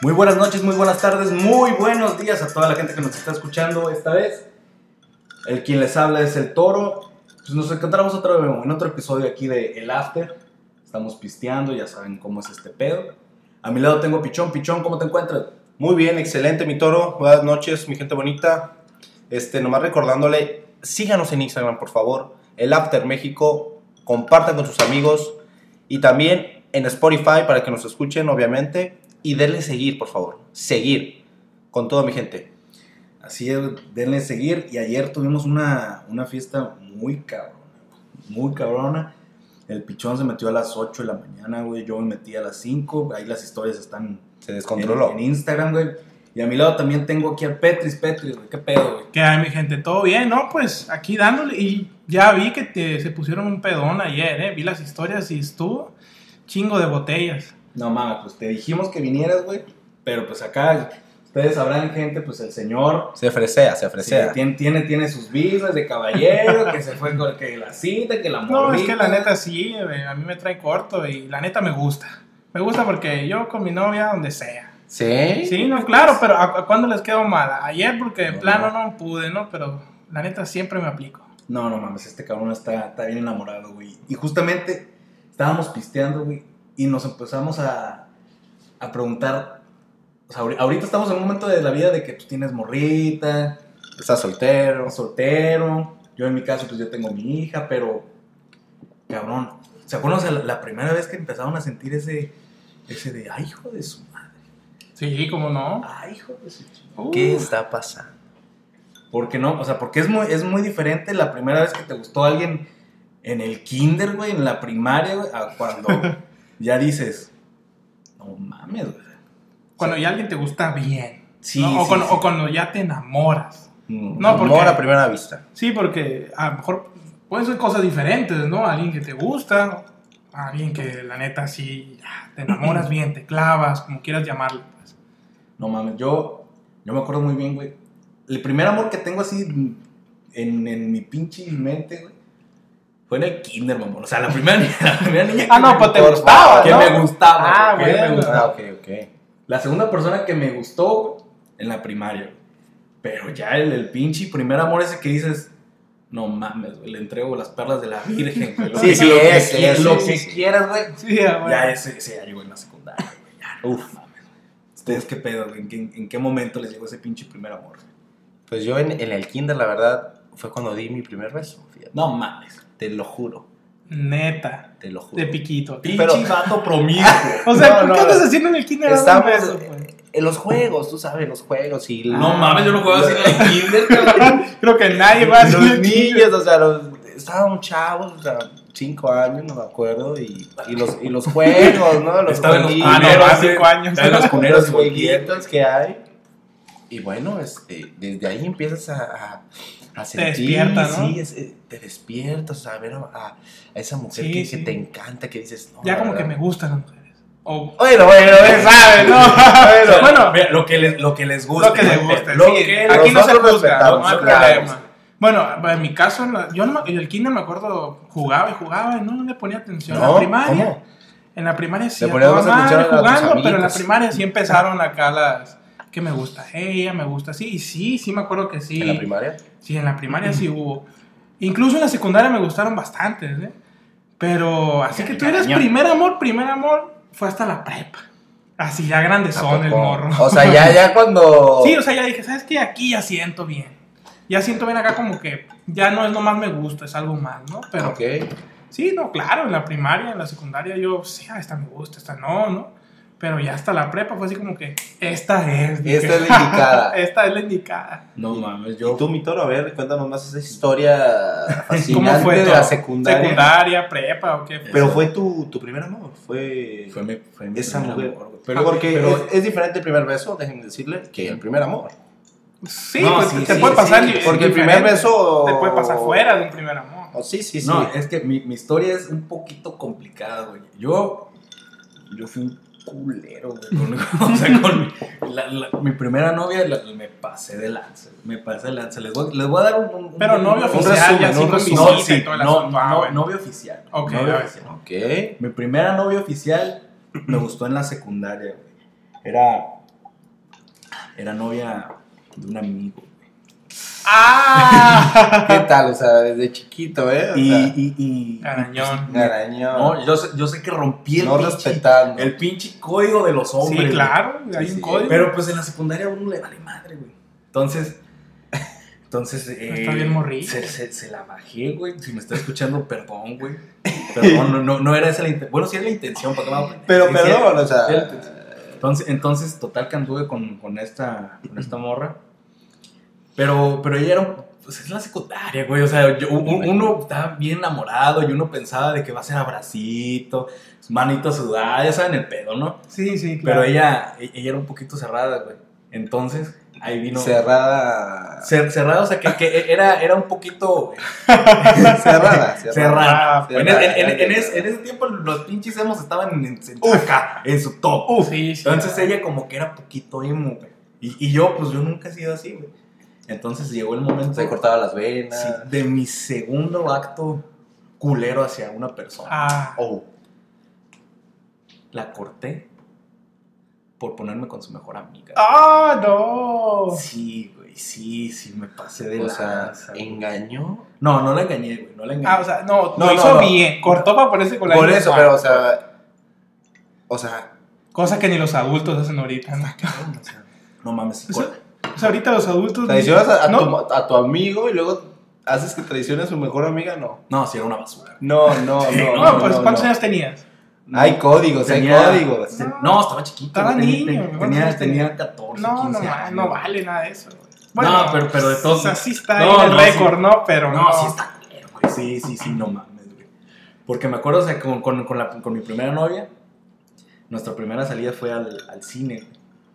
Muy buenas noches, muy buenas tardes, muy buenos días a toda la gente que nos está escuchando esta vez. El quien les habla es el Toro. Pues nos encontramos en otro episodio aquí de El After. Estamos pisteando, ya saben cómo es este pedo. A mi lado tengo a Pichón. Pichón, ¿cómo te encuentras? Muy bien, excelente, mi Toro. Buenas noches, mi gente bonita. Nomás recordándole, síganos en Instagram, por favor. El After México. Compartan con sus amigos. Y también en Spotify para que nos escuchen, obviamente. Y denle seguir, por favor. Seguir. Con toda mi gente. Así es, denle seguir. Y ayer tuvimos una fiesta muy cabrona. El Pichón se metió a las 8 de la mañana, güey. Yo me metí a las 5. Ahí las historias están... Se descontroló. En Instagram, güey. Y a mi lado también tengo aquí al Petris, güey. ¿Qué pedo, güey? ¿Qué hay, mi gente? ¿Todo bien? No, pues aquí dándole. Y ya vi que se pusieron un pedón ayer, Vi las historias y estuvo chingo de botellas. No mames, pues te dijimos que vinieras, güey. Pero pues acá, ustedes sabrán, gente, pues el señor... Se fresea. Sí, tiene sus business de caballero, que se fue con que la cita, que la morrita. No, es que la neta sí, a mí me trae corto y la neta me gusta. Me gusta porque yo con mi novia donde sea. ¿Sí? Sí, no, claro, pero ¿a cuándo les quedo mal? Ayer porque de plano no pude, ¿no? Pero la neta siempre me aplico. No mames, este cabrón está bien enamorado, güey. Y justamente estábamos pisteando, güey, y nos empezamos a preguntar. O sea, ahorita estamos en un momento de la vida de que tú tienes morrita, Estás soltero. soltero. Yo en mi caso, pues yo tengo mi hija, pero cabrón, ¿se acuerdan la primera vez que empezaron a sentir ese de, ay, hijo de su madre? Sí, ¿cómo no? Ay, hijo de su chingada. ¿Qué está pasando? ¿Por qué no? O sea, porque es muy diferente la primera vez que te gustó alguien en el kinder, güey, en la primaria, güey, a cuando ya dices, no mames, güey. Cuando ya alguien te gusta bien. Sí, ¿no? sí. O cuando ya te enamoras. No, porque- amor a primera vista. Sí, porque a lo mejor pueden ser cosas diferentes, ¿no? Alguien que te gusta, alguien que la neta sí te enamoras bien, te clavas, como quieras llamarlo. Pues. No mames, yo me acuerdo muy bien, güey. El primer amor que tengo así en mi pinche mente, güey, fue en el kinder, mamón. O sea, la primera niña que No, pues te gustaba, que ¿no? me gustaba. güey, que bueno. me gustaba. Ok. La segunda persona que me gustó, güey, en la primaria, güey. Pero ya el pinche primer amor ese que dices, no mames, güey, le entrego las perlas de la Virgen, güey. Lo que quieras, güey. Sí, bueno. Ya ese ya llegó en la secundaria, güey. Ya, uf, mames. ¿Ustedes qué pedo, güey? ¿En qué momento les llegó ese pinche primer amor? Pues yo en el kinder, la verdad, fue cuando di mi primer beso. Fíjate. No mames. Te lo juro. Neta, Te lo juro. de piquito. Pinche Pero- vato promiscuo. O sea, No, ¿qué andas haciendo en el kinder? Estamos Eso, pues? en los juegos, tú sabes, los juegos y... No mames, yo no juego así en el kinder, cabrón. Creo que nadie va a hacer Los el kinder. niños, o sea, estábamos chavos, o sea, 5 años, no me acuerdo, y los juegos, ¿no? Los Estaba en los jueguitos, no, más güey. 5 años. Estaba en los cuneros los y jueguitos que hay. Y bueno, desde ahí empiezas a sentir. despierta, ¿no? Sí, te despiertas, a ver a esa mujer Sí, que sí. te encanta, que dices, no, Ya la como que verdad. me gustan las mujeres. O Bueno, ¿sabes? No, bueno, Mira, lo que les guste. lo que les guste. Lo Sí, que aquí no se nosotros juzga, respetamos, no hay claro. problema. Bueno, en mi caso, en el kinder me acuerdo, jugaba y no le ponía atención. En la No, primaria, ¿cómo? en la primaria sí, Le ponías a toda más atención madre a tus jugando, pero en la amiguitos. primaria sí empezaron acá las que me gusta ella, me gusta así, y sí me acuerdo que sí. ¿En la primaria? Sí, en la primaria sí hubo. Incluso en la secundaria me gustaron bastantes, Pero así que tú eres primer amor, fue hasta la prepa. Así ya grandes son el morro. O sea, ya cuando... Sí, o sea, ya dije, ¿sabes qué? Aquí ya siento bien. Ya siento bien acá como que ya no es nomás me gusta, es algo más, ¿no? Pero Ok. sí, no, claro, en la primaria, en la secundaria yo, sí, esta me gusta, esta no. Pero ya hasta la prepa fue así como que, esta es. dije. Esta es la indicada. Esta es la indicada. No mames, Y tú, mi Toro, a ver, cuéntanos más esa historia ¿Cómo fascinante fue de todo? la secundaria. Secundaria, prepa o qué. Pero fue tu primer amor, fue mi esa primer mujer. amor, güey. Pero porque pero- es diferente el primer beso, déjenme decirle, que el primer amor. Sí, No, pues sí, te sí, puede sí, pasar. sí, porque el primer diferente. beso- Te puede pasar fuera de un primer amor. Oh, sí. No, es que mi historia es un poquito complicada, güey. Yo fui un culero, güey. O sea, con mi primera novia me pasé de lanza. Les voy a dar un Pero novio un oficial, resumen, ya un sí con resumen. visita sí, y todo el asunto. Bueno. novio oficial. Ok, novio a ver. oficial. Ok. Mi primera novia oficial me gustó en la secundaria, güey. Era Era novia de un amigo. ¡Ah! ¿Qué tal? O sea, desde chiquito, ¿eh? O sea, Garañón. Garañón. No, yo sé que rompí No respetando. el pinche código de los hombres. Sí, güey. claro, hay Sí, un sí. código. Pero pues en la secundaria a uno le vale madre, güey. Entonces Está bien morrillo. se la bajé, güey. Si me está escuchando, perdón, güey. Perdón, no era esa la intención. Bueno, sí era la intención, ¿para qué me hago pendejo? Pero Sí, perdón, sí, o sea. sí era la intención. Entonces, total que anduve con esta morra. Pero ella era, pues es la secundaria, güey. O sea, uno estaba bien enamorado y uno pensaba de que va a ser abracito, manito sudada, ya saben el pedo, ¿no? Sí, sí, Pero claro. ella era un poquito cerrada, güey. Entonces, ahí vino. Cerrada. Cerrada, o sea, que era un poquito. Cerrada. Cerrada. En Cerrada. ese tiempo los pinches emos estaban acá, en su top. Sí, sí. Entonces ella como que era poquito emo, güey. Y yo, pues yo nunca he sido así, güey. Entonces llegó el momento Se cortaba las venas. sí, de mi segundo acto culero hacia una persona. Ah, Oh. La corté por ponerme con su mejor amiga. ¡Ah, no! Sí, güey, sí, me pasé de O sea, lanza, güey. engañó. No la engañé, güey, no la engañé. Ah, o sea, no, No, lo hizo no. bien. Cortó para ponerse con la Por misma eso, mano. pero, o sea. Cosa que ni los adultos hacen ahorita, ¿no? O sea, no mames, sí, O sea, ahorita los adultos... Traicionas ¿no? a tu amigo y luego haces que traicione a su mejor amiga, no. No, sí era una basura. No, Pues, ¿cuántos años tenías? Hay códigos, Tenía- hay códigos. No, estaba chiquito. Estaba güey, niño, ¿cuántos años tenía 14, No, 15 no, años. no vale nada de eso. No, pero de todos- O sea, sí está No, en el no, récord, sí. ¿no? Pero No, sí está culero, güey. Sí, no mames, güey. Porque me acuerdo, o sea, con mi primera novia, nuestra primera salida fue al cine, güey.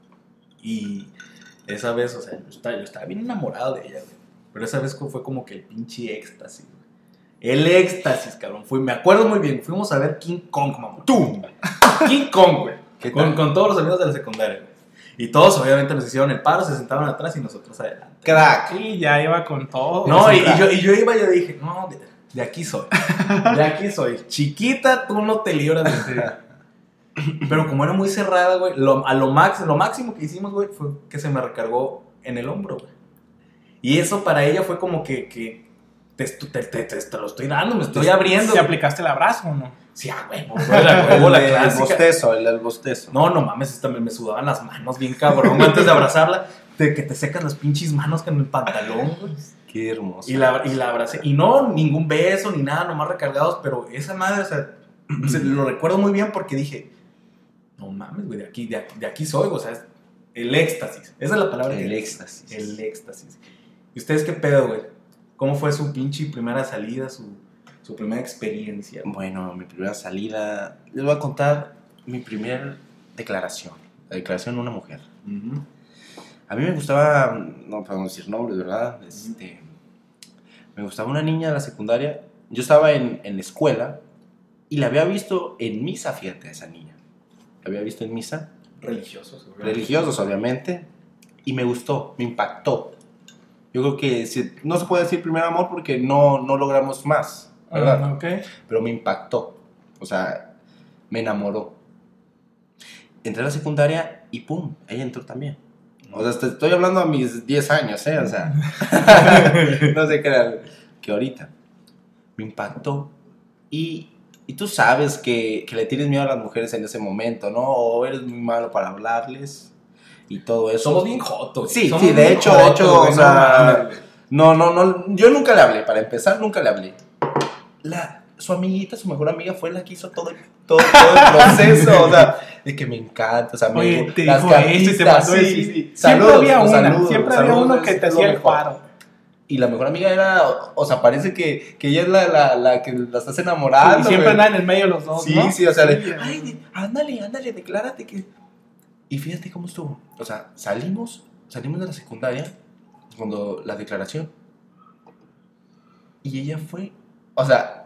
Y esa vez, o sea, yo estaba bien enamorado de ella, güey. Pero esa vez fue como que el pinche éxtasis, güey. El éxtasis, cabrón. Me acuerdo muy bien. Fuimos a ver King Kong, mamá. ¡Tum! King Kong, güey. ¿Qué tal? Con todos los amigos de la secundaria, güey. Y todos, obviamente, nos hicieron el paro, se sentaban atrás y nosotros adelante. Crack. Sí, ya iba con todo. No, es y un yo dije, no, de aquí soy. De aquí soy. Chiquita, tú no te libras de Pero como era muy cerrada, güey, lo máximo que hicimos, güey, fue que se me recargó en el hombro, güey. Y eso para ella fue como que te lo estoy dando, me estoy abriendo. ¿Te aplicaste el abrazo o no? Sí, güey, la El clásica. bostezo, el bostezo. No mames, esta me sudaban las manos bien cabrón antes de abrazarla. Que te secas las pinches manos con el pantalón, güey. Qué hermoso. Y la abracé. Y no, ningún beso ni nada, nomás recargados. Pero esa madre, o sea, lo recuerdo muy bien porque dije, no mames, güey, de aquí soy, o sea, es el éxtasis. Esa es la palabra. El que éxtasis. El éxtasis. ¿Y ustedes qué pedo, güey? ¿Cómo fue su pinche primera salida, su primera experiencia? Bueno, mi primera salida. Les voy a contar mi primera declaración. La declaración de una mujer. Uh-huh. A mí me gustaba, no podemos decir nombres, ¿verdad? Me gustaba una niña de la secundaria. Yo estaba en la escuela y la había visto en misa, fíjate, a esa niña. La había visto en misa. Religiosos. Religiosos, obviamente. Y me gustó, me impactó. Yo creo que no se puede decir primer amor porque no logramos más, ¿verdad? Ok. Pero me impactó. O sea, me enamoró. Entré a la secundaria y ¡pum! Ella entró también. O sea, te estoy hablando a mis 10 años, ¿eh? O sea, no sé qué era, que ahorita. Me impactó. Y tú sabes que le tienes miedo a las mujeres en ese momento, ¿no? O eres muy malo para hablarles y todo eso. Somos bien jotos. Sí, Somos sí, de bien hecho, jotos, o güey, sea, no mames, güey. yo nunca le hablé, para empezar, nunca le hablé. Su amiguita, su mejor amiga fue la que hizo todo el proceso, o sea, de que me encanta, o sea, Oye, te las dijo esto y te cartitas, mandó sí, eso. sí. Siempre había una, saludos, siempre había saludos, uno que es te lo hacía el mejor. paro. Y la mejor amiga era, o sea, parece que ella es la que la estás enamorando. Y siempre güey. andan en el medio los dos, Sí, ¿no? sí, o sea, Sí, ay, ándale, declárate que... Y fíjate cómo estuvo. O sea, salimos de la secundaria cuando la declaración. Y ella fue, o sea,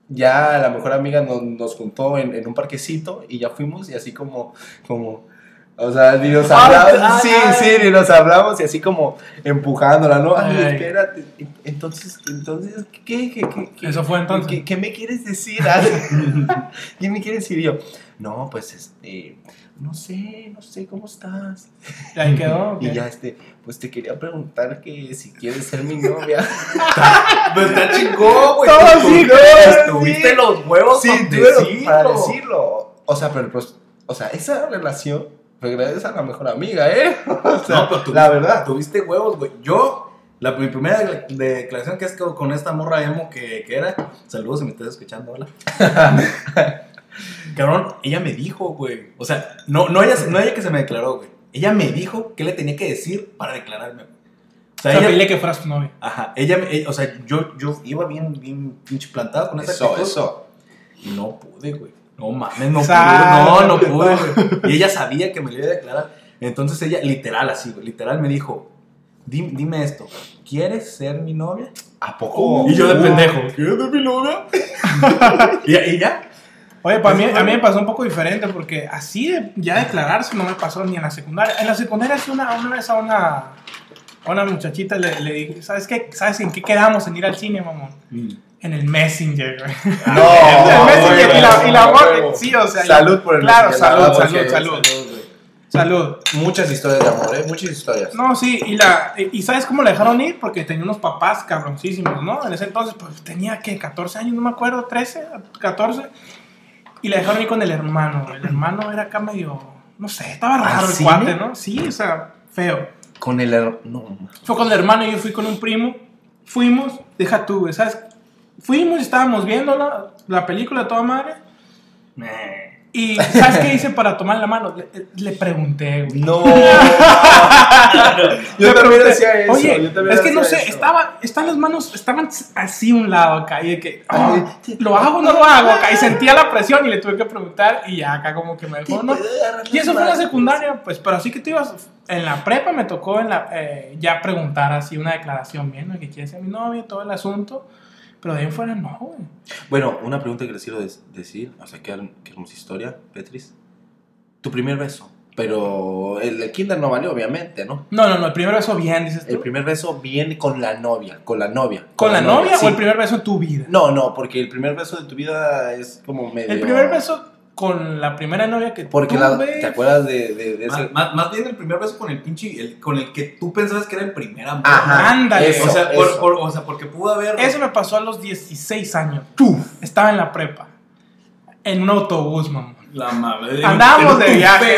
ya la mejor amiga nos juntó en un parquecito y ya fuimos y así como O sea, ni nos hablamos. Sí, ni nos hablamos y así como empujándola, ¿no? Ay, espérate. Entonces, ¿qué? Eso fue entonces. ¿Qué me quieres decir? ¿Qué me quieres decir? Y yo, no, pues no sé, ¿cómo estás? ¿Y ahí quedó? Y ya pues te quería preguntar que si quieres ser mi novia. Pues está chingón, güey. Todo así, güey. Tuviste los huevos para decirlo. O sea, pero pues, esa relación fue gracias a la mejor amiga, ¿eh? O sea, no, pero la verdad. Tuviste huevos, güey. Mi primera declaración que es con esta morra emo que era. Saludos si me estás escuchando, hola. Cabrón, ella me dijo, güey. O sea, no ella que se me declaró, güey. Ella me dijo qué le tenía que decir para declararme, güey. O sea, ella que fueras tu novia. Ajá. O sea, yo iba bien pinche plantado con esa actitud. Eso. Y no pude, güey. No mames, no pude, güey. Y ella sabía que me lo iba a declarar. Entonces ella, literal así, güey. Literal me dijo, dime esto. ¿Quieres ser mi novia? ¿A poco? Y yo de pendejo, ¿quieres ser mi novia? ¿Y ya? Oye, a mí me pasó un poco diferente porque así de ya declararse no me pasó ni en la secundaria. En la secundaria sí una vez a una muchachita le dije, ¿sabes qué? ¿Sabes en qué quedamos en ir al cine, mamón? En el Messenger, güey. No, el Messenger y la amor, sí, o sea. Salud por el Claro, Messenger. Salud. Muchas historias de amor, muchas historias. No, sí, y ¿sabes cómo la dejaron ir? Porque tenía unos papás cabroncísimos, ¿no? En ese entonces, pues tenía, ¿qué? 14 años, no me acuerdo, 13, 14. Y la dejaron ir con el hermano. El hermano era acá medio, no sé, estaba raro el cuate, ¿no? Sí, o sea, feo. Con el hermano, no. Fue con el hermano y yo fui con un primo. Fuimos, deja tú, ¿sabes? Fuimos y estábamos viendo la película de toda madre. Y ¿sabes qué hice para tomar la mano? Le pregunté, güey. No. Yo también decía eso. Oye, es que no sé, están las manos, estaban así a un lado acá. Y de que, ¿lo hago o no lo hago? Acá. Y sentía la presión y le tuve que preguntar. Y ya acá como que me dejó, ¿no? Y eso fue en la secundaria, pues. Pero así que te ibas. En la prepa me tocó ya preguntar así una declaración bien, ¿no? Que quiere ser mi novia, todo el asunto. Pero de ahí en fuera no, güey. Bueno, una pregunta que les quiero decir, o sea, qué hermosa historia, Petris. Tu primer beso, pero el kinder no valió, obviamente, ¿no? No, el primer beso bien, dices tú. El primer beso viene con la novia. ¿Con la novia sí. ¿O el primer beso en tu vida? No, porque el primer beso de tu vida es como medio... El primer beso con la primera novia que porque ¿te acuerdas de ese? Más bien el primer beso con el pinche, con el que tú pensabas que era el primer amor. Ajá, ándale. Eso, o sea, porque pudo haber... Eso me pasó a los 16 años. Estaba en la prepa. En un autobús, mamá. La madre. Andábamos de viaje.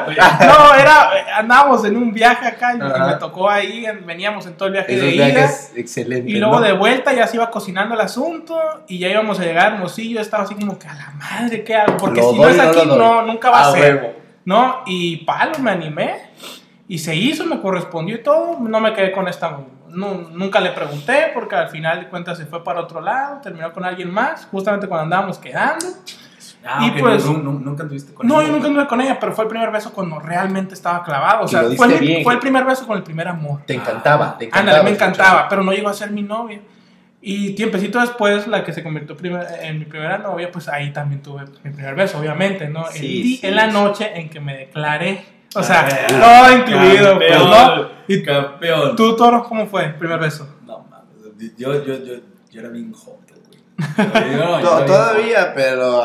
Andábamos en un viaje acá y me tocó ahí, veníamos en todo el viaje de ida. Excelente. Y luego de vuelta ya se iba cocinando el asunto y ya íbamos a llegar a Hermosillo. Estaba así como que a la madre, ¿qué hago? Porque si no es aquí, nunca va a ser. Huevo. ¿No? Y palo, me animé y se hizo, me correspondió y todo. No me quedé con esta. Nunca le pregunté porque al final de cuentas se fue para otro lado, terminó con alguien más, justamente cuando andábamos quedando. Y okay, pues, nunca anduviste con ella. No, yo nunca anduve con ella, pero fue el primer beso cuando realmente estaba clavado. O sea, fue el primer beso con el primer amor. Te encantaba. Ándale, me encantaba, pero no llegó a ser mi novia. Y tiempecito después, la que se convirtió en mi primera novia, pues ahí también tuve mi primer beso, obviamente, ¿no? En la noche en que me declaré. O sea, todo incluido. Campeón, ¿no? Y campeón. ¿Tú, Toro, cómo fue el primer beso? No mames, yo era bien joto, güey. Todavía, pero...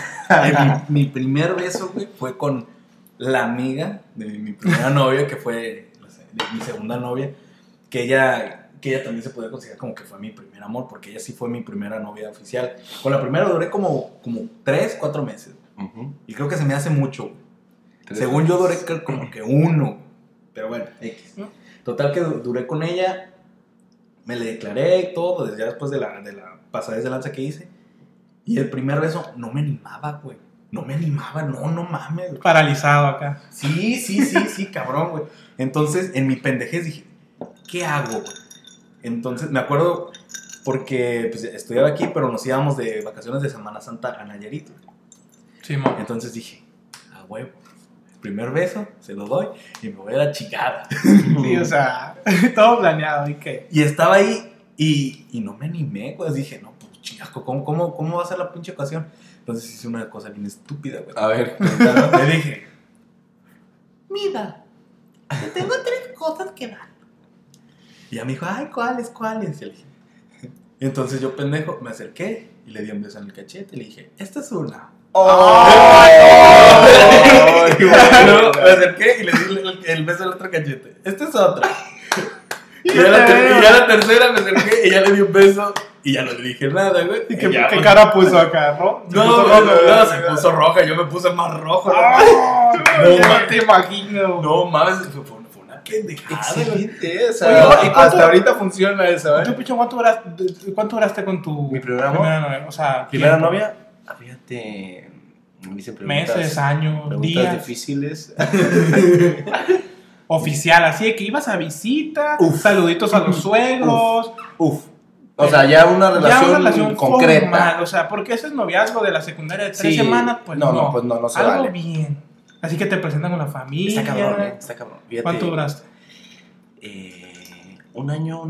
mi primer beso, güey, fue con la amiga de mi primera novia, que fue mi segunda novia, que ella también se podía considerar como que fue mi primer amor, porque ella sí fue mi primera novia oficial. Con la primera duré como 3, 4 meses. Y creo que se me hace mucho. Según yo duré como que 1. Pero bueno, X. Total que duré con ella, me le declaré y todo, desde ya después de la pasadez de lanza que hice. Y el primer beso no me animaba, güey. No mames, güey. Paralizado acá. Sí, cabrón, güey. Entonces, en mi pendejez dije, ¿qué hago, güey? Entonces, me acuerdo porque pues, estudiaba aquí, pero nos íbamos de vacaciones de Semana Santa a Nayarit. Sí, man. Entonces dije, a huevo. El primer beso, se lo doy y me voy a la chingada. Sí, o sea, todo planeado. ¿Y qué? Y estaba ahí y no me animé, güey. Dije, no, pues chingasco, ¿cómo va a ser la pinche ocasión? Entonces hice una cosa bien estúpida, güey. A ver, le dije, mira, te tengo 3 cosas que dar. Y ella me dijo, ay, ¿cuáles? Y le dije, y entonces yo, pendejo, me acerqué y le di un beso en el cachete y le dije, esta es una. Luego me acerqué y le di el beso al otro cachete. Esta es otra. Y ya la tercera me acerqué y ya le di un beso y ya no le dije nada, güey. ¿Y qué cara puso acá, no? No, se puso roja, yo me puse más rojo. No te imagino. No mames, fue una pendejada. Excelente esa. Oye, Hasta ahorita funciona esa, ¿Tú, Picho, cuánto duraste con tu mi primera novia? O sea, ¿Primera tiempo? novia? Fíjate, me dicen preguntas. Meses, años, preguntas días. difíciles. Oficial, así de que ibas a visita, saluditos a los suegros. O sea, ya una relación concreta. Formal, o sea, porque ese es noviazgo de la secundaria de 3 semanas, pues no. Pues no se algo vale. bien. Así que te presentan con la familia. Está cabrón. Fíjate, ¿Cuánto duraste? Un año,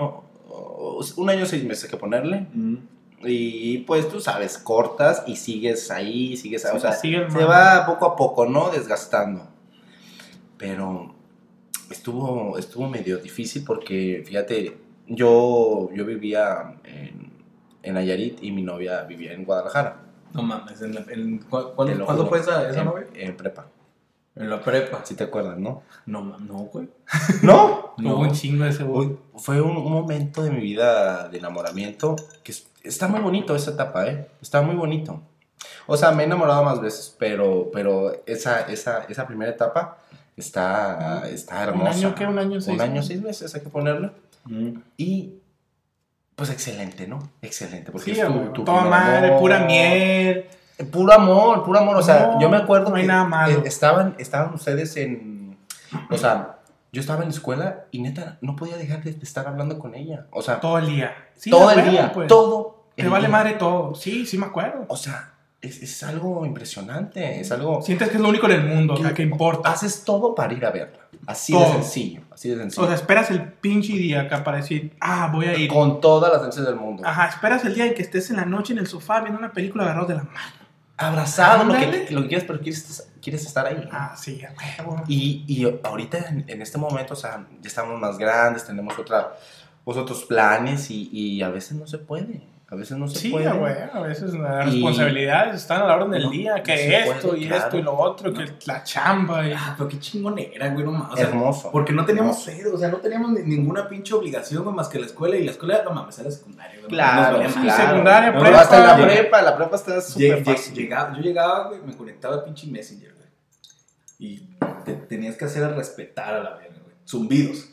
6 meses que ponerle. Y pues tú sabes, cortas y sigues ahí, o sea, se va poco a poco, ¿no? Desgastando. Pero estuvo medio difícil porque, fíjate, yo vivía en Nayarit y mi novia vivía en Guadalajara. No mames, ¿cuándo fue esa novia? En prepa. En la prepa. ¿Sí te acuerdas, no? No, güey. ¿No? Hubo un chingo de ese güey. Fue un momento de mi vida de enamoramiento que está muy bonito esa etapa, está muy bonito. O sea, me he enamorado más veces, pero esa primera etapa está hermosa. ¿Un año, 6 meses? 1 año, 6 meses hay que ponerle. Y pues excelente, ¿no? Excelente, porque sí, es tu toda primer madre, amor. pura miel. Puro amor, o sea, No, yo me acuerdo no hay que nada malo. estaban ustedes o sea, yo estaba en la escuela y neta, no podía dejar de estar hablando con ella, o sea, Todo el día. Sí, todo el bueno, día, pues. todo Te el vale día. madre todo. Sí, me acuerdo. O sea, es algo impresionante, es algo... Sientes que es lo único en el mundo, o sea, que importa. Haces todo para ir a verla, así Todo. de sencillo. O sea, esperas el pinche día acá para decir, voy a ir. Con todas las ansias del mundo. Ajá, esperas el día en que estés en la noche en el sofá viendo una película agarrados de la mano. Abrazado, lo Ándale. que quieres, pero quieres estar ahí. Sí, a huevo. Y ahorita, en este momento, o sea, ya estamos más grandes, tenemos otros planes y a veces no se puede. A veces no se Sí, puede. güey, a veces las responsabilidades están a la orden del día, que no se esto puede, y claro. esto y lo otro, que la chamba y... Pero qué chingonera, güey, no mames. O sea, Hermoso. porque no teníamos cero, o sea, no teníamos ninguna pinche obligación, güey, más que la escuela. Y la escuela, no mames, era secundaria, güey. Claro, Nos valía Sí, madre. secundaria, No, prepa. Hasta en Llega- la prepa está súper fácil. Yo llegaba, güey, me conectaba al pinche Messenger, güey. Y te tenías que hacer a respetar a la verga, güey. Zumbidos.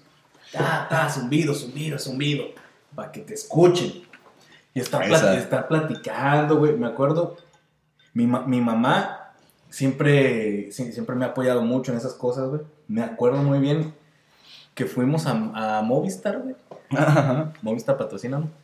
Zumbido. Para que te escuchen. Y estar platicando, güey. Me acuerdo, mi mamá siempre me ha apoyado mucho en esas cosas, güey. Me acuerdo muy bien que fuimos a Movistar, güey. Movistar patrocina, ¿no?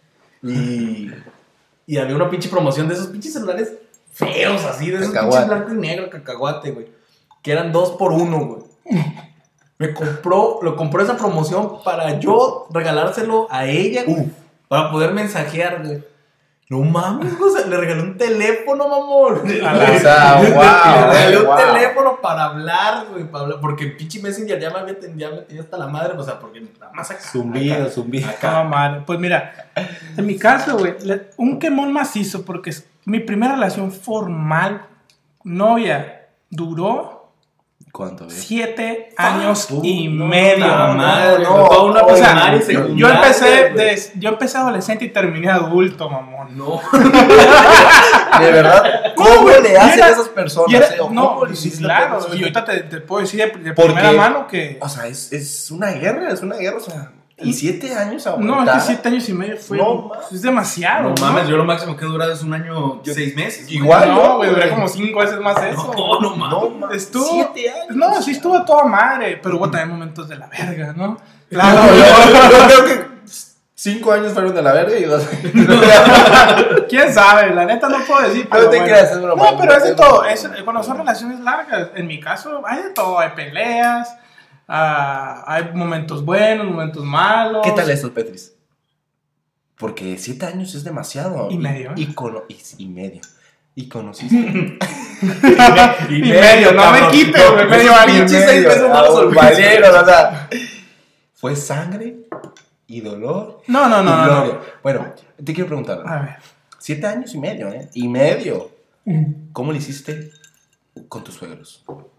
Y había una pinche promoción de esos pinches celulares feos, así, de esos Cacahuate. pinches blanco y negro, cacahuate, güey. Que eran 2 por 1, güey. Lo compró esa promoción para yo regalárselo a ella, güey. Para poder mensajear, güey. No mames, o sea, le regalé un teléfono, mamón. O sea, Le regalé un wow. teléfono para hablar, güey. Porque el pinche Messenger ya me tenía hasta la madre, o sea, porque nada más acá. Zumbido. Acá, madre. Pues mira, en mi caso, güey, un quemón macizo, porque mi primera relación formal, novia, duró ¿Cuánto, ves? 7 años y no, medio. puta madre, no, toda una o sea, primaria y Yo secundaria, empecé adolescente y terminé adulto, mamón. No. De verdad, ¿cómo güey, le hacen era- a esas personas? Y era- ¿O no, cómo le sí, hiciste claro. para Y ahorita te puedo decir de Porque- primera mano que... O sea, es una guerra, o sea, y 7 años No, aguantar. es que 7 años y medio fue... No, mames. es demasiado, No mames, yo lo máximo que he durado es 1 año, 6 meses. Igual, No, güey, duré güey. como 5 veces más eso. No mames. No, mames, Estuvo... 7 años. No, sí estuvo a toda madre, pero hubo también momentos de la verga, ¿no? Claro, yo creo que 5 años fueron de la verga y 2 ¿Quién sabe? La neta no puedo decir, No pero te bueno. creas, es broma. No, pero es de Es todo. broma. Cuando son relaciones largas, en mi caso, hay de todo. Hay peleas, hay momentos buenos, momentos malos. ¿Qué tal eso, Petris? Porque 7 años es demasiado. Y medio, ¿eh? Y medio. ¿Y conociste? y medio, no me quites, güey, medio año. Pinches 6 meses no los olvidé. O sea, fue sangre y dolor No. y gloria. Bueno, te quiero preguntar. A ver. 7 años y medio, ¿eh? Y medio. ¿Cómo le hiciste con tus suegros?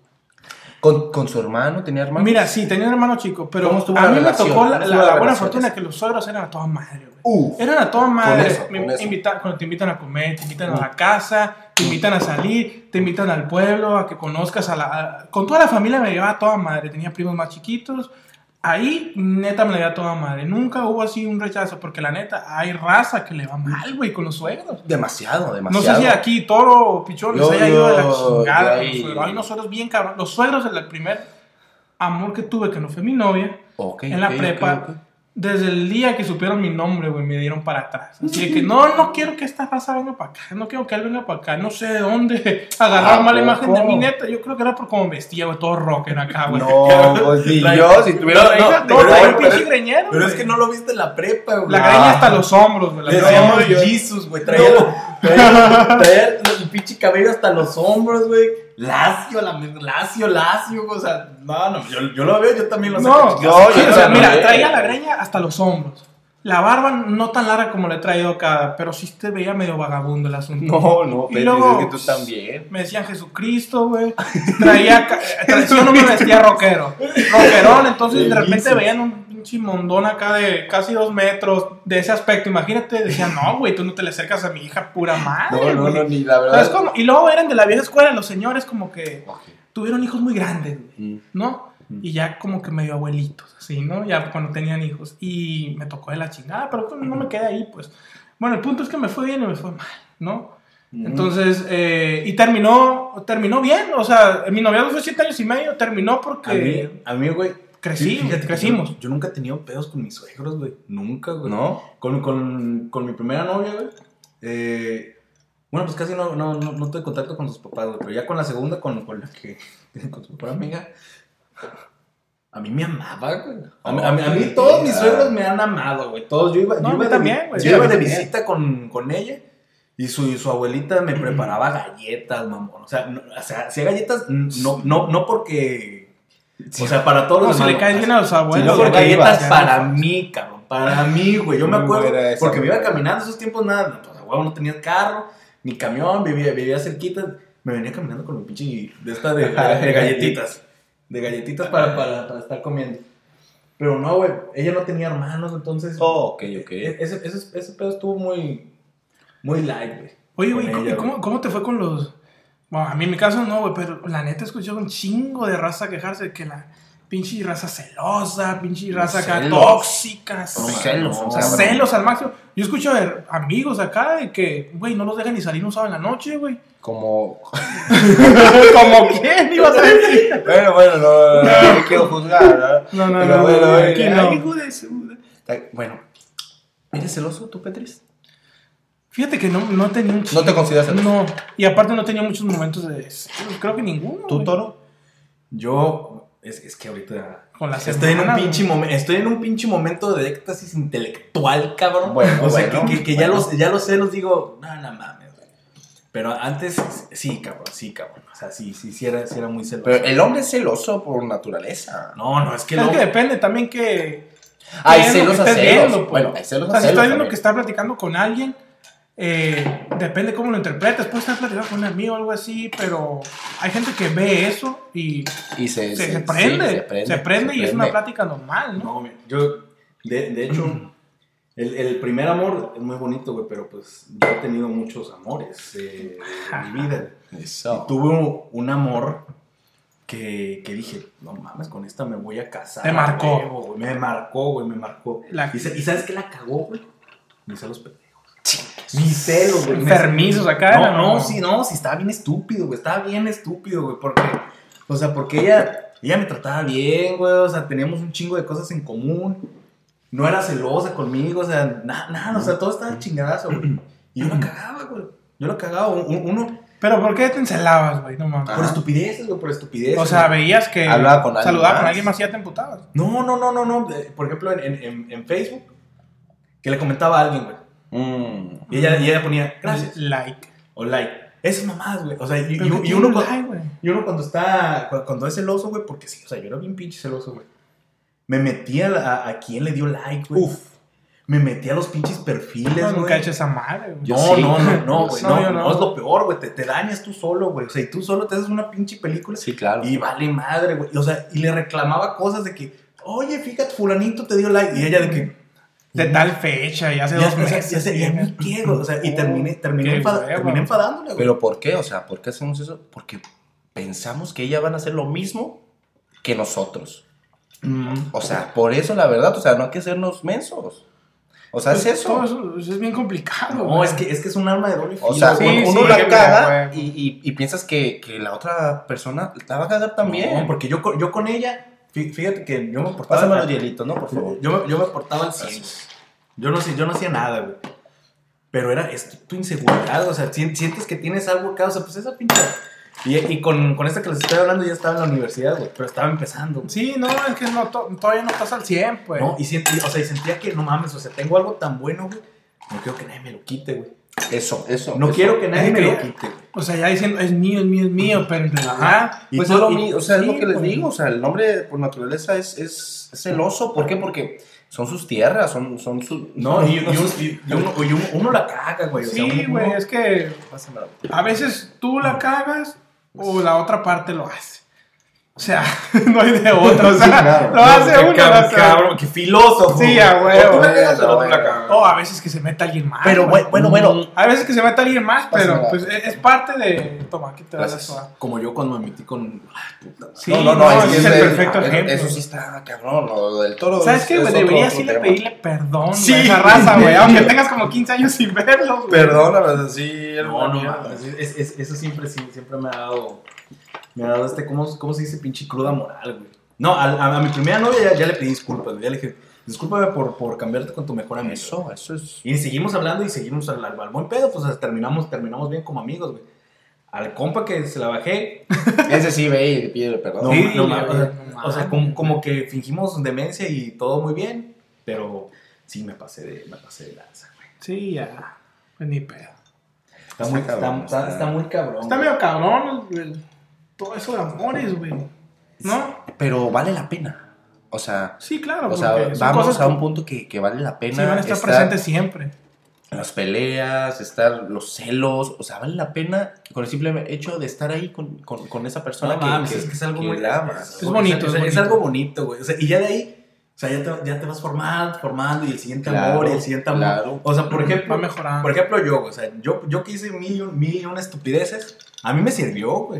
¿Con su hermano? ¿Tenía hermano? Mira, sí, tenía un hermano chico, pero ¿Cómo estuvo a la mí me relación? tocó ¿Cómo la estuvo la buena relación fortuna esa? que los suegros eran a toda madre, güey. Eran a toda Con madre. eso. Cuando te invitan a comer, te invitan a la casa, te invitan a salir, te invitan al pueblo, a que conozcas con toda la familia me llevaba a toda madre. Tenía primos más chiquitos. Ahí, neta, me la llevaba a toda madre. Nunca hubo así un rechazo, porque la neta, hay raza que le va mal, güey, con los suegros. Demasiado. No sé si aquí Toro Pichón les haya ido de la chingada con ahí- los suegros. Hay unos suegros bien cabrón. Los suegros, el primer amor que tuve, que no fue mi novia, en la prepa, desde el día que supieron mi nombre, güey, me dieron para atrás. Así de que no quiero que esta raza venga para acá, no quiero que él venga para acá, no sé de dónde agarrar mala imagen de mi neta. Yo creo que era por cómo vestía, güey, todo rocker acá, güey. No, pues si yo, si tuviera una hija, No, traía un pinche greñero, Pero es güey. que no lo viste en la prepa, güey. La greña hasta los hombros, güey. la Le greña. decíamos Jesus, güey. Traía el pinche cabello hasta los hombros, güey. Lacio, o sea, no, yo lo veo, yo también lo sé. No, yo sí, o sea, también. mira, traía la greña hasta los hombros. La barba no tan larga como le he traído acá, pero sí te veía medio vagabundo el asunto. No, Y Petri, luego, es que tú también. me decían Jesucristo, güey. Yo no me vestía rockerón, entonces de repente veían un pinche mondón acá de casi 2 metros de ese aspecto. Imagínate, decían, no, güey, tú no te le acercas a mi hija pura madre. No, güey". ni la verdad. ¿Sabes cómo? Y luego eran de la vieja escuela, los señores como que tuvieron hijos muy grandes, güey, ¿no? Y ya como que medio abuelitos, así, ¿no? Ya cuando tenían hijos. Y me tocó de la chingada, pero pues no me quedé ahí, pues. Bueno, el punto es que me fue bien y me fue mal, ¿no? Entonces, y terminó bien, o sea, mi noviazgo fue 7 años y medio, terminó porque A mí, güey. crecimos. Yo nunca he tenido pedos con mis suegros, güey. Nunca, güey. ¿No? Con mi primera novia, güey. Bueno, pues casi no tuve contacto con sus papás, güey. Pero ya con la segunda, con la que. Con su mejor amiga. A mí me amaba, güey. A mí todos mis suegros me han amado, güey. Todos. Yo iba también, güey. yo iba de visita con ella. Y su abuelita me preparaba galletas, mamón. O sea, hacía galletas no porque. O sea, para todos No, los si demás. le caes bien a los abuelos. No, porque ya galletas ibas, para ya. mí, cabrón. Para mí, güey. Yo me Muy acuerdo. buena esa, Porque me iba güey. caminando esos tiempos, nada. Pues, a huevo, no tenía carro, ni camión, vivía cerquita. Me venía caminando con mi pinche de galletitas. De galletitas para estar comiendo. Pero no, güey. Ella no tenía hermanos, entonces. Ok. Ese pedo estuvo muy light, güey. Oye, Con güey, ella, ¿cómo te fue con los...? Bueno, a mí en mi caso no, güey, pero la neta he escuchado un chingo de raza quejarse de que la pinche raza celosa, pinche raza acá Celos. tóxica, Celos, o sea, celos al máximo. Yo escucho de amigos acá de que, güey, no los dejan ni salir un sábado en la noche, güey. Como. ¿Como quién ibas a decir? Bueno, no quiero juzgar, ¿no? No, Pero bueno, aquí no. hijo de su- Bueno, ¿eres celoso tú, Petris? Fíjate que no tenía un ¿No te consideras celoso? No, y aparte no tenía muchos momentos de celos, creo que ninguno. ¿Tú, güey. Toro? Yo. Es que ahorita. Con la Estoy en semana, estoy en un pinche momento de éxtasis intelectual, cabrón. Bueno, o sea, bueno, que bueno. ya lo sé, los digo, no mames, güey. Pero antes, sí, cabrón. O sea, sí era muy celoso. Pero el hombre es celoso por naturaleza. No, es que Es no. que depende también que... Hay qué es lo celos que a estés celos. viendo, pues. Bueno, hay celos O sea, a si celos estás viendo también. que está platicando con alguien, depende cómo lo interpretes. Puedes estar platicando con un amigo o algo así, pero hay gente que ve eso y Y se prende. sí, Se prende y es una plática normal, ¿no? No, mira, yo, de hecho, el primer amor es muy bonito, güey, pero pues yo he tenido muchos amores en mi vida. Eso. Y tuve un amor que dije, no mames, con esta me voy a casar. Te marcó. Güey. Me marcó. ¿Y sabes qué la cagó, güey? Mis celos pendejos. Mis celos, güey. Enfermizos acá. No, sí, estaba bien estúpido, güey. Porque ella me trataba bien, güey. O sea, teníamos un chingo de cosas en común. No era celosa conmigo, o sea, nada, o sea, todo estaba chingadazo, güey. Y yo la cagaba, güey. Uno, Pero ¿por qué te encelabas, güey? No mames. por estupideces, güey, por estupideces. O sea, güey. veías que Hablaba con alguien saludaba más. con alguien más y ya te emputabas. No. Por ejemplo, en Facebook, que le comentaba a alguien, güey. Y ella ponía, gracias. Like. O like. Esas mamadas, güey. O sea, y Pero ¿qué uno, tiene like, güey? y uno cuando es celoso, güey, porque sí, o sea, yo era bien pinche celoso, güey. Me metí a quién le dio like, güey. Uf. Me metí a los pinches perfiles, No, güey. nunca he hecho esa madre, güey. Yo No, sí. no, güey. No, yo No, no. es lo peor, güey. Te dañas tú solo, güey. O sea, y tú solo te haces una pinche película. Sí, claro. Y vale madre, güey. O sea, y le reclamaba cosas de que, oye, fíjate, fulanito te dio like. Y ella de que... De tal fecha, y hace Ya, 2 meses. ya sé, ya me quiero. O sea, y terminé Qué hueva. enfadándole, güey. ¿Pero por qué? O sea, ¿por qué hacemos eso? Porque pensamos que ellas van a hacer lo mismo que nosotros. O sea, por eso la verdad, o sea, no hay que hacernos mensos. O sea, Pues, es eso. todo eso es bien complicado, No, güey. es que es un arma de doble filo. O sea, Sí, uno sí, la güey, caga güey. y piensas que la otra persona la va a cagar también. No, porque yo con ella, fíjate que yo me portaba... Pásame los hielitos, ¿no? Por favor. Yo me portaba al 100. Yo no hacía nada, güey. Pero es tu inseguridad, o sea, sientes que tienes algo acá, o sea, pues esa pinche... Y con esta que les estoy hablando ya estaba en la universidad, güey, pero estaba empezando. Güey. Sí, no, es que no, todavía no estás al 100, pues. No, y sentía que, no mames, o sea, tengo algo tan bueno, güey, no quiero que nadie me lo quite, güey. Eso. No quiero que nadie me lo que- quite, güey. O sea, ya diciendo, es mío, pero en realidad... Y Pues tú- es lo y- mismo, o sea, es sí, lo que les güey. digo, o sea, el hombre por naturaleza es celoso, ¿por qué? Porque son sus tierras, son sus... No, y uno la caga, güey. O sea, Sí, güey, es que Pásamela. a veces tú la cagas o la otra parte lo hace. O sea, no hay de otra, o sea, Sí, claro. lo hace uno, lo hace Cabrón, qué filósofo. Sí, a huevo. O tú la cagas, Eso, o tú la güey. cagas. O a veces que se mete alguien más. Pero güey. bueno, A veces que se mete alguien más, pero Pásamela. pues es parte de... Toma, aquí te das Gracias. eso. Como yo cuando me metí con... Ay, puta. Sí, no, ese que es el perfecto ejemplo. Eso sí está cabrón, lo del toro. ¿Sabes qué, es güey? otro Deberías irle tema. pedirle perdón Sí. a esa raza, güey. Aunque tengas como 15 años sin verlos, güey. Perdóname, sí, No, no, mierda. mames, eso siempre me ha dado... Me ha dado ¿cómo se dice? Pinche cruda moral, güey. No, a mi primera novia ya le pedí disculpas, güey. Ya le dije, discúlpame por cambiarte con tu mejor amigo. Eso es... Y seguimos hablando y seguimos al buen pedo, pues hasta terminamos bien como amigos, güey. Al compa que se la bajé, Ese sí, ve y pídele perdón. no, Sí, no, güey, o sea, como que fingimos demencia y todo muy bien, pero sí me pasé de lanza, güey. Sí, ya. Pues ni pedo. Está muy cabrón. Está güey. medio cabrón todo eso de amores, güey. ¿No? Pero vale la pena. O sea, Sí, claro. o sea, porque son vamos cosas a un que punto que vale la pena. sí van a estar presentes siempre. Las peleas, estar los celos, o sea, vale la pena con el simple hecho de estar ahí con esa persona No que, mames, que, es que es algo que muy la amas. Es bonito, Es es bonito. algo bonito, güey. O sea, y ya de ahí, o sea, ya te vas formando y el siguiente Claro, amor y el siguiente amor. claro. O sea, por Va ejemplo, mejorando. yo, o sea, yo que hice mil y una estupideces, a mí me sirvió, güey.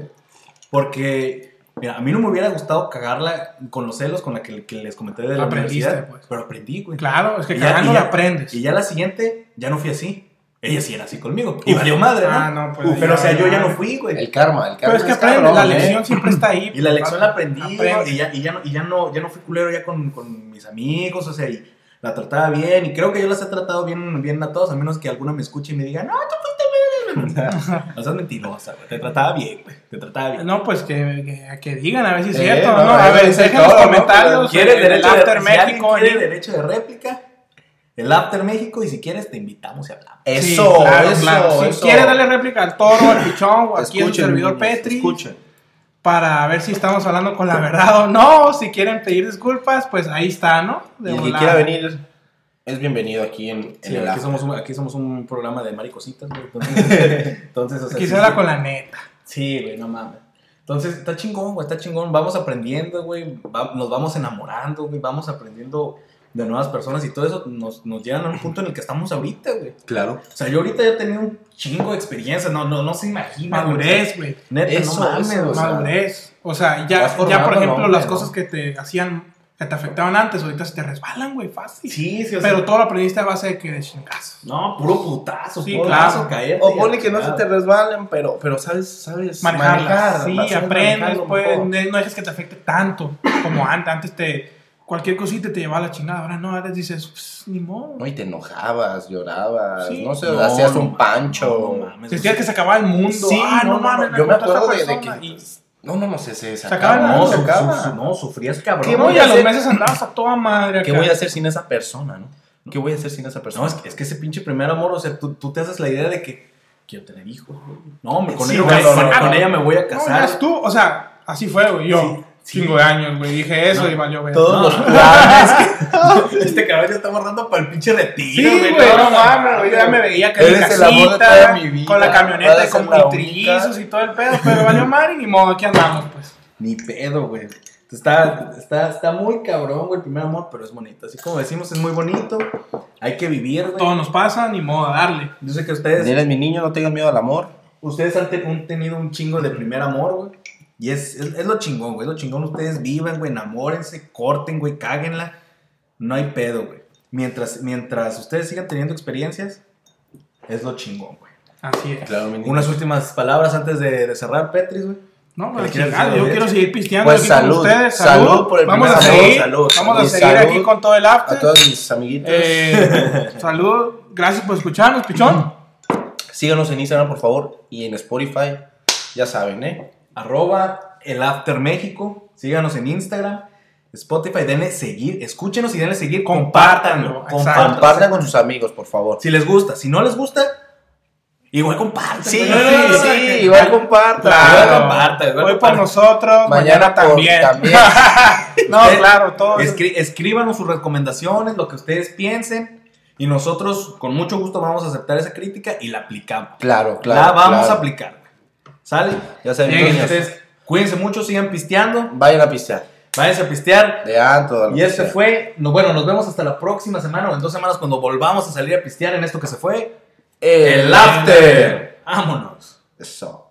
Porque, mira, a mí no me hubiera gustado cagarla con los celos con la que les comenté de la Aprendiste, universidad. pues. Pero aprendí, güey. Claro, es que Y ya- cagando y la ya- aprendes. Y ya la siguiente, ya no fui así. Ella sí era así conmigo. Y valió madre, ¿no? Ah, no, pues. Pero, o sea, yo ya no fui, güey. El karma. Pero es que aprendes, cabrón, la ¿eh? lección siempre está ahí. Y la lección la aprendí, Aprendes. y ya no fui culero ya con mis amigos, o sea, y la trataba bien, y creo que yo las he tratado bien a todos, a menos que alguno me escuche y me diga, no, tú fuiste bien. No seas mentirosa, güey, te trataba bien, güey, te trataba bien. No, pues que digan a ver si es cierto, no, ¿no? A ver, ese dejen los todo, ¿no? comentarios. ¿Quieres en el derecho After si alguien México. quiere derecho de réplica? El After México, y si quieres te invitamos y hablamos. Sí, Eso, claro, eso, claro. Si eso. quiere darle réplica al toro, al pichón o aquí al Escuchen, servidor niños, Petri Escuchen. para ver si estamos hablando con la verdad o no. Si quieren pedir disculpas, pues ahí está, ¿no? De Y el que volada. quiera venir es bienvenido aquí en Sí, el aquí After. aquí somos un programa de maricositas, güey. Entonces, o sea, Aquí sí, se habla sí. con la neta. Sí, güey, no mames. Entonces, está chingón, güey, está chingón. Vamos aprendiendo, güey. Nos vamos enamorando, güey. Vamos aprendiendo de nuevas personas y todo eso nos llevan a un punto en el que estamos ahorita, güey. Claro. O sea, yo ahorita ya he tenido un chingo de experiencia. No se imagina, güey. Madurez, güey. Neta, Eso, no mames, eso, o sea, Madurez. O sea, Vas ya formando, por ejemplo, hombre, las ¿no? cosas que te hacían, que te afectaban antes, ahorita se te resbalan, güey, fácil. Sí, sí, o sea. Pero todo lo aprendiste a base de que de chingazos. No, puro putazo, Sí, puro claro. putazo, caerte. O ponle que no se te resbalen, pero sabes Manejarlas. Sí, sabes aprendes, manejarlo pues, mejor. no dejes que te afecte tanto como antes. Antes cualquier cosita te llevaba a la chingada. Ahora no, ahora dices, pues, ni modo. No, y te enojabas, llorabas, Sí. no sé, No, hacías no un mames, pancho. no mames. Sentías que se acababa el mundo. Sí, no mames, yo me contó esta acuerdo de persona que... y- No, se acaba el acaba, mundo, se acaba. No, sufrías cabrón. ¿Qué No, voy y a a los hacer? meses andabas a toda madre. ¿Qué acá. voy a hacer sin esa persona, no? ¿Qué voy a hacer sin esa persona? No, es que ese pinche primer amor, o sea, tú te haces la idea de que quiero tener hijos, güey. No, con, Sí, ella, güey, con ella me voy a No, casar. ya tú, o sea, así fue, güey. Yo, Sí. 5 años, güey, dije eso y valió ver. Todos los Este cabrón ya está guardando para el pinche retiro, Sí, güey, no mames, güey, ya me veía que Eres el amor de toda mi vida. con la camioneta Vas a con ser la trillizos y todo el pedo, pero valió madre y ni modo, aquí andamos, pues. Ni pedo, güey. Está muy cabrón, güey, el primer amor, pero es bonito. Así como decimos, es muy bonito. Hay que vivir, güey. Todo nos pasa, ni modo, a darle. Yo sé que ustedes Eres mi niño, no tengas miedo al amor. han tenido un chingo de primer amor, güey. Y es lo chingón, güey. Es lo chingón. Ustedes vivan, güey, enamórense, corten, güey, cáguenla. No hay pedo, güey. Mientras ustedes sigan teniendo experiencias, es lo chingón, güey. Así es. Claro, mi niño. Unas últimas palabras antes de cerrar, Petris, güey. No, ¿Qué le pues, quieres chingada, decir, yo güey? quiero seguir pisteando Pues aquí salud, con ustedes. salud por el Vamos primer a amor, seguir, salud, vamos a salud. seguir aquí con todo el after. A todos mis amiguitos. Salud, gracias por escucharnos, pichón. Síganos en Instagram, por favor, y en Spotify. Ya saben, @elaftermexico. Síganos en Instagram, Spotify, denle seguir, escúchenos y denle seguir, Compártanlo, compártanlo. exacto. Compartan con sus amigos, por favor. Si les gusta, si no les gusta, igual compartan. Sí, güey. igual compartan. Igual compartan, igual Hoy por compartan. nosotros, mañana también. No, Ustedes claro, todo. Escríbanos sus recomendaciones, lo que ustedes piensen. Y nosotros, con mucho gusto, vamos a aceptar esa crítica y la aplicamos. Claro, claro. La vamos claro. a aplicar. ¿Sale? Ya saben, Bien, niños, Ustedes, cuídense mucho, sigan pisteando. vayan a pistear. Váyanse a pistear. De antro. Y este fue, bueno, nos vemos hasta la próxima semana o en 2 semanas cuando volvamos a salir a pistear en esto que se fue. El After. Vámonos. Eso.